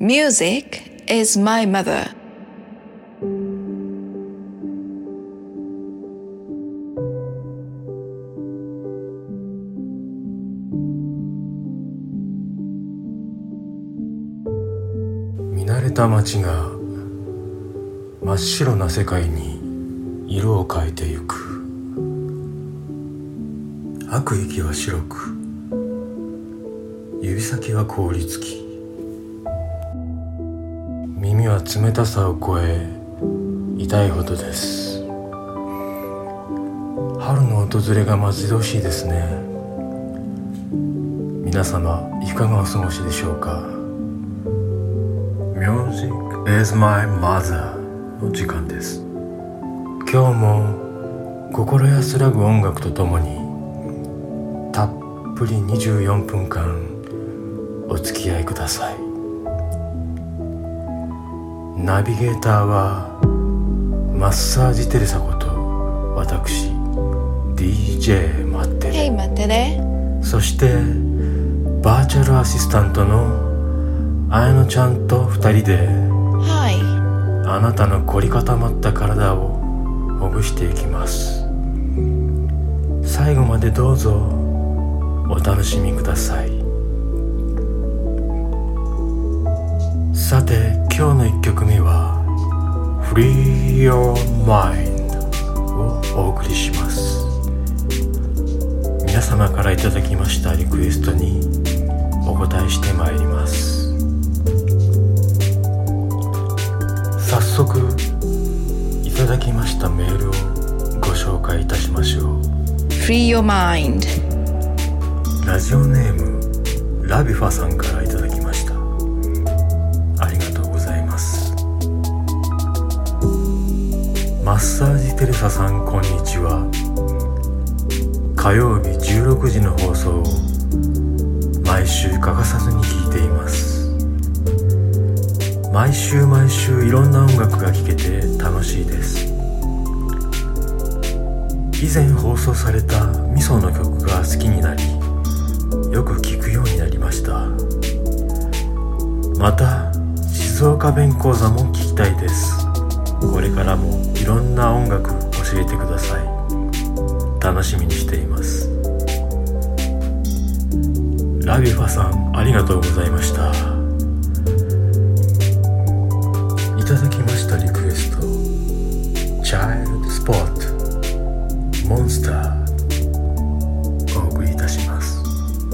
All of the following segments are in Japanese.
Music is my mother. 見慣れた街が真っ白な世界に色を変えてゆく。吐く息は白く、指先は凍りつき、耳は冷たさを超え痛いほどです。春の訪れが待ち遠しいですね。皆様いかがお過ごしでしょうか。 Music is my mother の時間です。今日も心安らぐ音楽とともにたっぷり24分間お付き合いください。ナビゲーターはマッサージテレサこと私 DJ マッテレ、 Hey マッテレ。 そしてバーチャルアシスタントの綾乃ちゃんと2人で、 はい、 あなたの凝り固まった体をほぐしていきます。最後までどうぞお楽しみください。さて今日の1曲目は Free Your Mind をお送りします。皆様からいただきましたリクエストにお答えしてまいります。早速いただきましたメールをご紹介いたしましょう。 Free your mind。 ラジオネームラビファさんからいただきました。ありがとうございます。マッサージテレサさんこんにちは。火曜日16時の放送を毎週欠かさずに聞いています。毎週いろんな音楽が聴けて楽しいです。以前放送されたミソの曲が好きになり、よく聴くようになりました。また静岡弁講座も聴きたいです。これからもいろんな音楽教えてください。楽しみにしています。ラビファさんありがとうございました。いただきましたリクエスト Child Spot モンスターお送りいたします。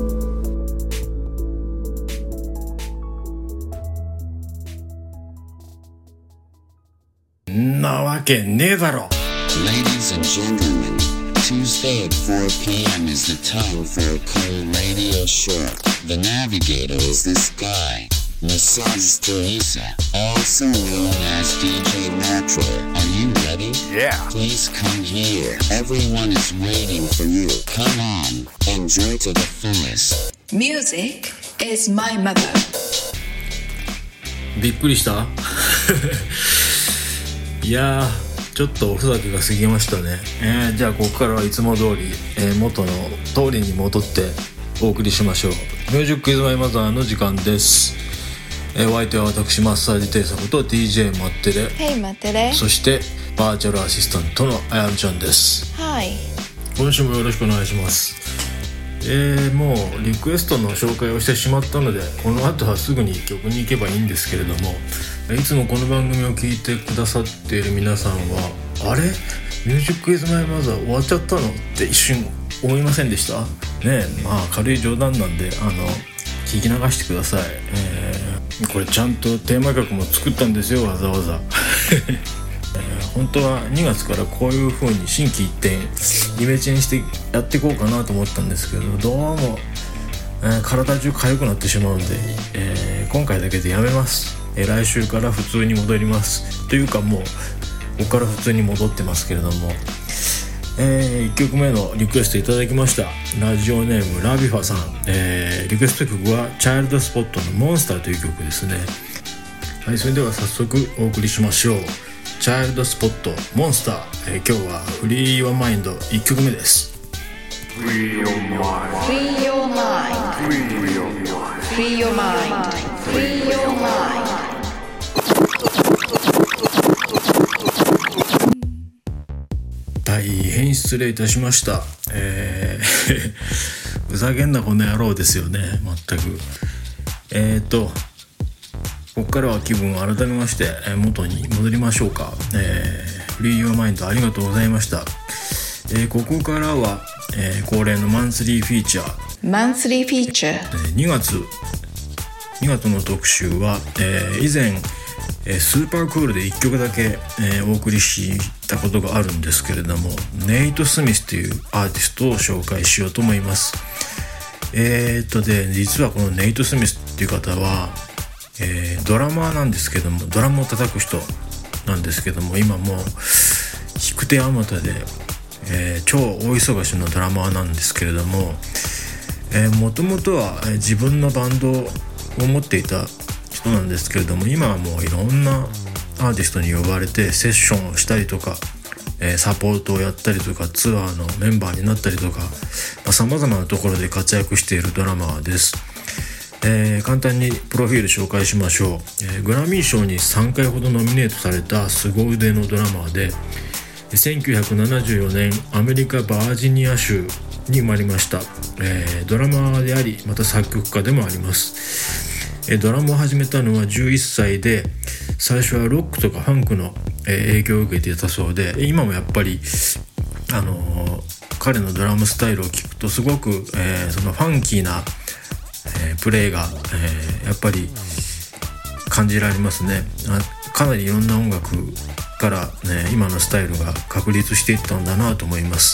なわけねえだろ。 Ladies and gentlemen, Tuesday at 4 p.m. is the time for a cool radio show. The navigator is this guy, Massage Teresa, also known as DJ Metro. Are you ready? Yeah. Please come here. Everyone is waiting for you. Come on, enjoy to the fullest. Music is my mother。 びっくりしたいやーちょっとおふざけが過ぎましたね。じゃあここからはいつも通り、元の通りに戻ってお送りしましょう。ミュージックイズマイマザーの時間です。お相手は私マッサージテレサこと DJ マッテレ、 Hey マッテレ。 そしてバーチャルアシスタントのあやのちゃんです。 はい、 今週もよろしくお願いします。もうリクエストの紹介をしてしまったので、この後はすぐに曲に行けばいいんですけれども、いつもこの番組を聞いてくださっている皆さんは、あれミュージックイズマイマザー終わっちゃったのって一瞬思いませんでしたね。まあ軽い冗談なんで聞き流してください。これちゃんとテーマ曲も作ったんですよ、わざわざ本当は2月からこういう風に心機一転イメチェンしてやっていこうかなと思ったんですけど、どうも、体中痒くなってしまうんで、今回だけでやめます。来週から普通に戻りますというか、もうここから普通に戻ってますけれども、1曲目のリクエストいただきました。ラジオネームラビファさん、リクエスト曲はチャイルドスポットのモンスターという曲ですね。はい、それでは早速お送りしましょう。チャイルドスポットモンスター、今日はフリーヨーマインド1曲目です。 Free your mind。 Free your mind。 Free your mind。 Free your mind。 失礼いたしました。ふざけんなこの野郎ですよね、全く。ここからは気分を改めまして元に戻りましょうか。フリーヨーマインドありがとうございました。ここからは、恒例のマンスリーフィーチャー2月の特集は、以前スーパークールで1曲だけ、お送りしたことがあるんですけれども、ネイト・スミスというアーティストを紹介しようと思います。で実はこのネイト・スミスっていう方は、ドラマーなんですけども、ドラムを叩く人なんですけども、今もう引く手あまたで、超大忙しのドラマーなんですけれども、もともとは自分のバンドを持っていた人なんですけれども、今はもういろんなアーティストに呼ばれてセッションをしたりとか、サポートをやったりとか、ツアーのメンバーになったりとか、様々なところで活躍しているドラマーです。簡単にプロフィール紹介しましょう。グラミー賞に3回ほどノミネートされた凄腕のドラマーで、1974年アメリカバージニア州に生まれました。ドラマーであり、また作曲家でもあります。ドラムを始めたのは11歳で、最初はロックとかファンクの影響を受けていたそうで、今もやっぱり彼のドラムスタイルを聞くとすごく、そのファンキーな、プレイが、やっぱり感じられますね。かなりいろんな音楽から、今のスタイルが確立していったんだなと思います。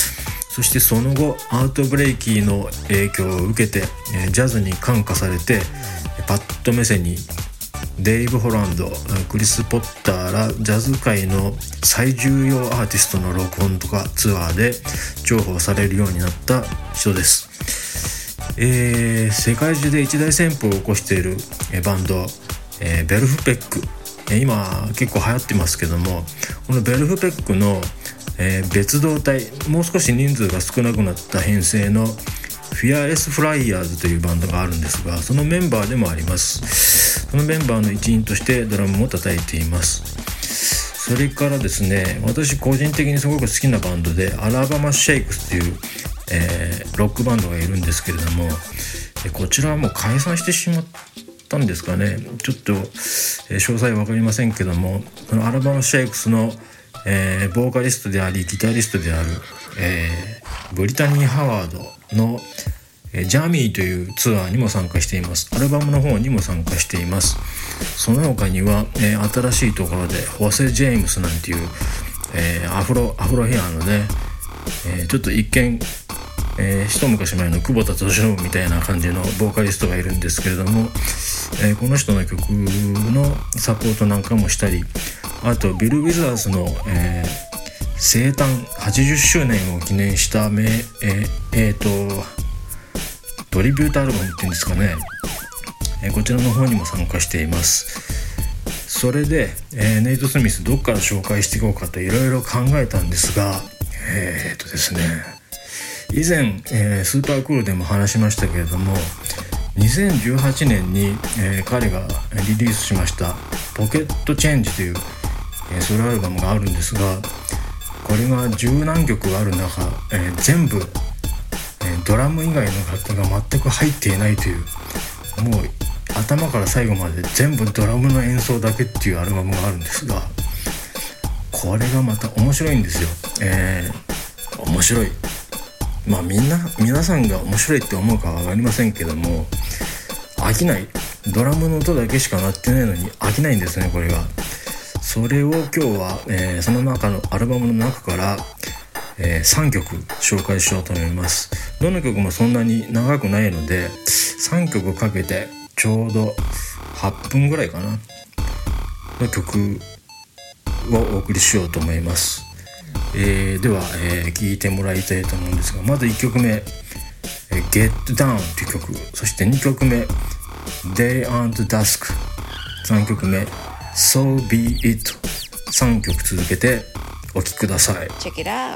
そしてその後アートブレイキーの影響を受けて、ジャズに感化されて、パッと目線にデイブ・ホランド、クリス・ポッターらジャズ界の最重要アーティストの録音とかツアーで重宝されるようになった人です。世界中で一大旋風を起こしているバンド、ベルフペック、今結構流行ってますけども、このベルフペックの、別動隊、もう少し人数が少なくなった編成のフィアレス・フライヤーズというバンドがあるんですが、そのメンバーでもあります。そのメンバーの一員としてドラムも叩いています。それからですね、私個人的にすごく好きなバンドでアラバマ・シェイクスという、ロックバンドがいるんですけれども、こちらはもう解散してしまったんですかね。ちょっと、詳細は分かりませんけども、そのアラバマ・シェイクスの、ボーカリストでありギタリストである、ブリタニー・ハワードの、ジャミーというツアーにも参加しています。アルバムの方にも参加しています。その他には、新しいところでホセ・ジェームスなんていう、アフロヘアのね、ちょっと一見、一昔前の久保田敏信みたいな感じのボーカリストがいるんですけれども、この人の曲のサポートなんかもしたり、あとビル・ウィザーズの、生誕80周年を記念したトリビュートアルバムっていうんですかね、こちらの方にも参加しています。それで、ネイト・スミスどっから紹介していこうかといろいろ考えたんですが、ですね、以前、スーパークールでも話しましたけれども、2018年に、彼がリリースしましたポケットチェンジという、ソロアルバムがあるんですが、これが十何曲ある中、全部、ドラム以外の楽器が全く入っていないという、もう頭から最後まで全部ドラムの演奏だけっていうアルバムがあるんですが、これがまた面白いんですよ。面白い、皆さんが面白いって思うかは分かりませんけども、飽きない、ドラムの音だけしか鳴ってないのに飽きないんですね、これが。それを今日は、その中のアルバムの中から、3曲紹介しようと思います。どの曲もそんなに長くないので、3曲かけてちょうど8分ぐらいかなの曲をお送りしようと思います。では、聴いてもらいたいと思うんですが、まず1曲目、Get Down という曲、そして2曲目 Day and Dusk、 3曲目 So Be It、 3曲続けてお聴きください。 Check it out。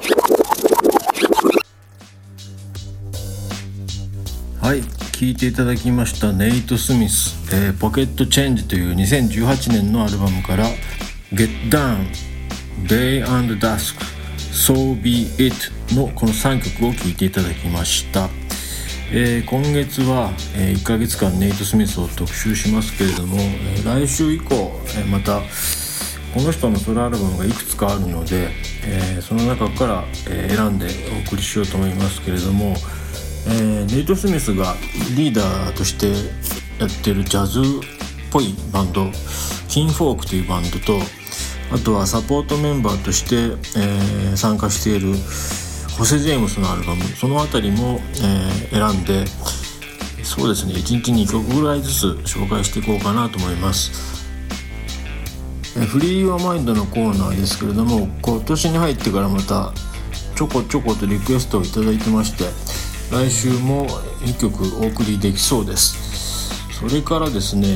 はい、聴いていただきましたネイト・スミス、ポケット・チェンジという2018年のアルバムから Get Down Day and Dusk、 So Be It のこの3曲を聴いていただきました。今月は、1ヶ月間ネイト・スミスを特集しますけれども、来週以降、またこの人のソロアルバムがいくつかあるので、その中から、選んでお送りしようと思いますけれども、ネイト・スミスがリーダーとしてやってるジャズっぽいバンドキンフォークというバンドと、あとはサポートメンバーとして、参加しているホセ・ジェームスのアルバム、そのあたりも、選んで、そうですね、1日2曲ぐらいずつ紹介していこうかなと思います。フリー・ユア・マインドのコーナーですけれども、今年に入ってからまたちょこちょことリクエストをいただいてまして、来週も1曲お送りできそうです。それからですね、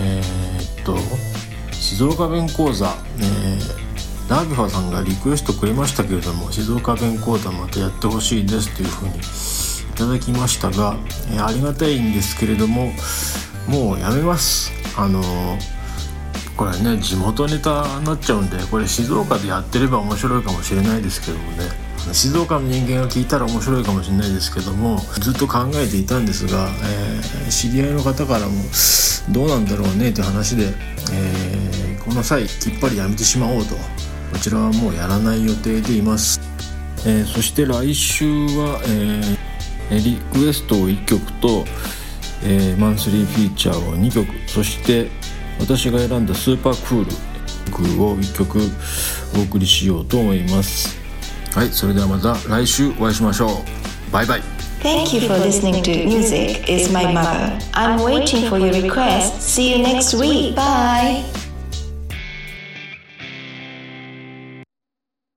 静岡弁講座、ナビファさんがリクエストくれましたけれども、静岡弁講座またやってほしいですというふうにいただきましたが、ありがたいんですけれども、もうやめます。これね、地元ネタになっちゃうんで、これ静岡でやってれば面白いかもしれないですけどもね、静岡の人間が聞いたら面白いかもしれないですけども、ずっと考えていたんですが、知り合いの方からもどうなんだろうねという話で、この際きっぱりやめてしまおうと、こちらはもうやらない予定でいます。そして来週は、リクエストを1曲と、マンスリーフィーチャーを2曲、そして私が選んだスーパークール曲を1曲お送りしようと思います。はい、それではまた来週お会いしましょう。バイバイ。 Thank you for listening to Music is My Mother. I'm waiting for your request. See you next week. Bye.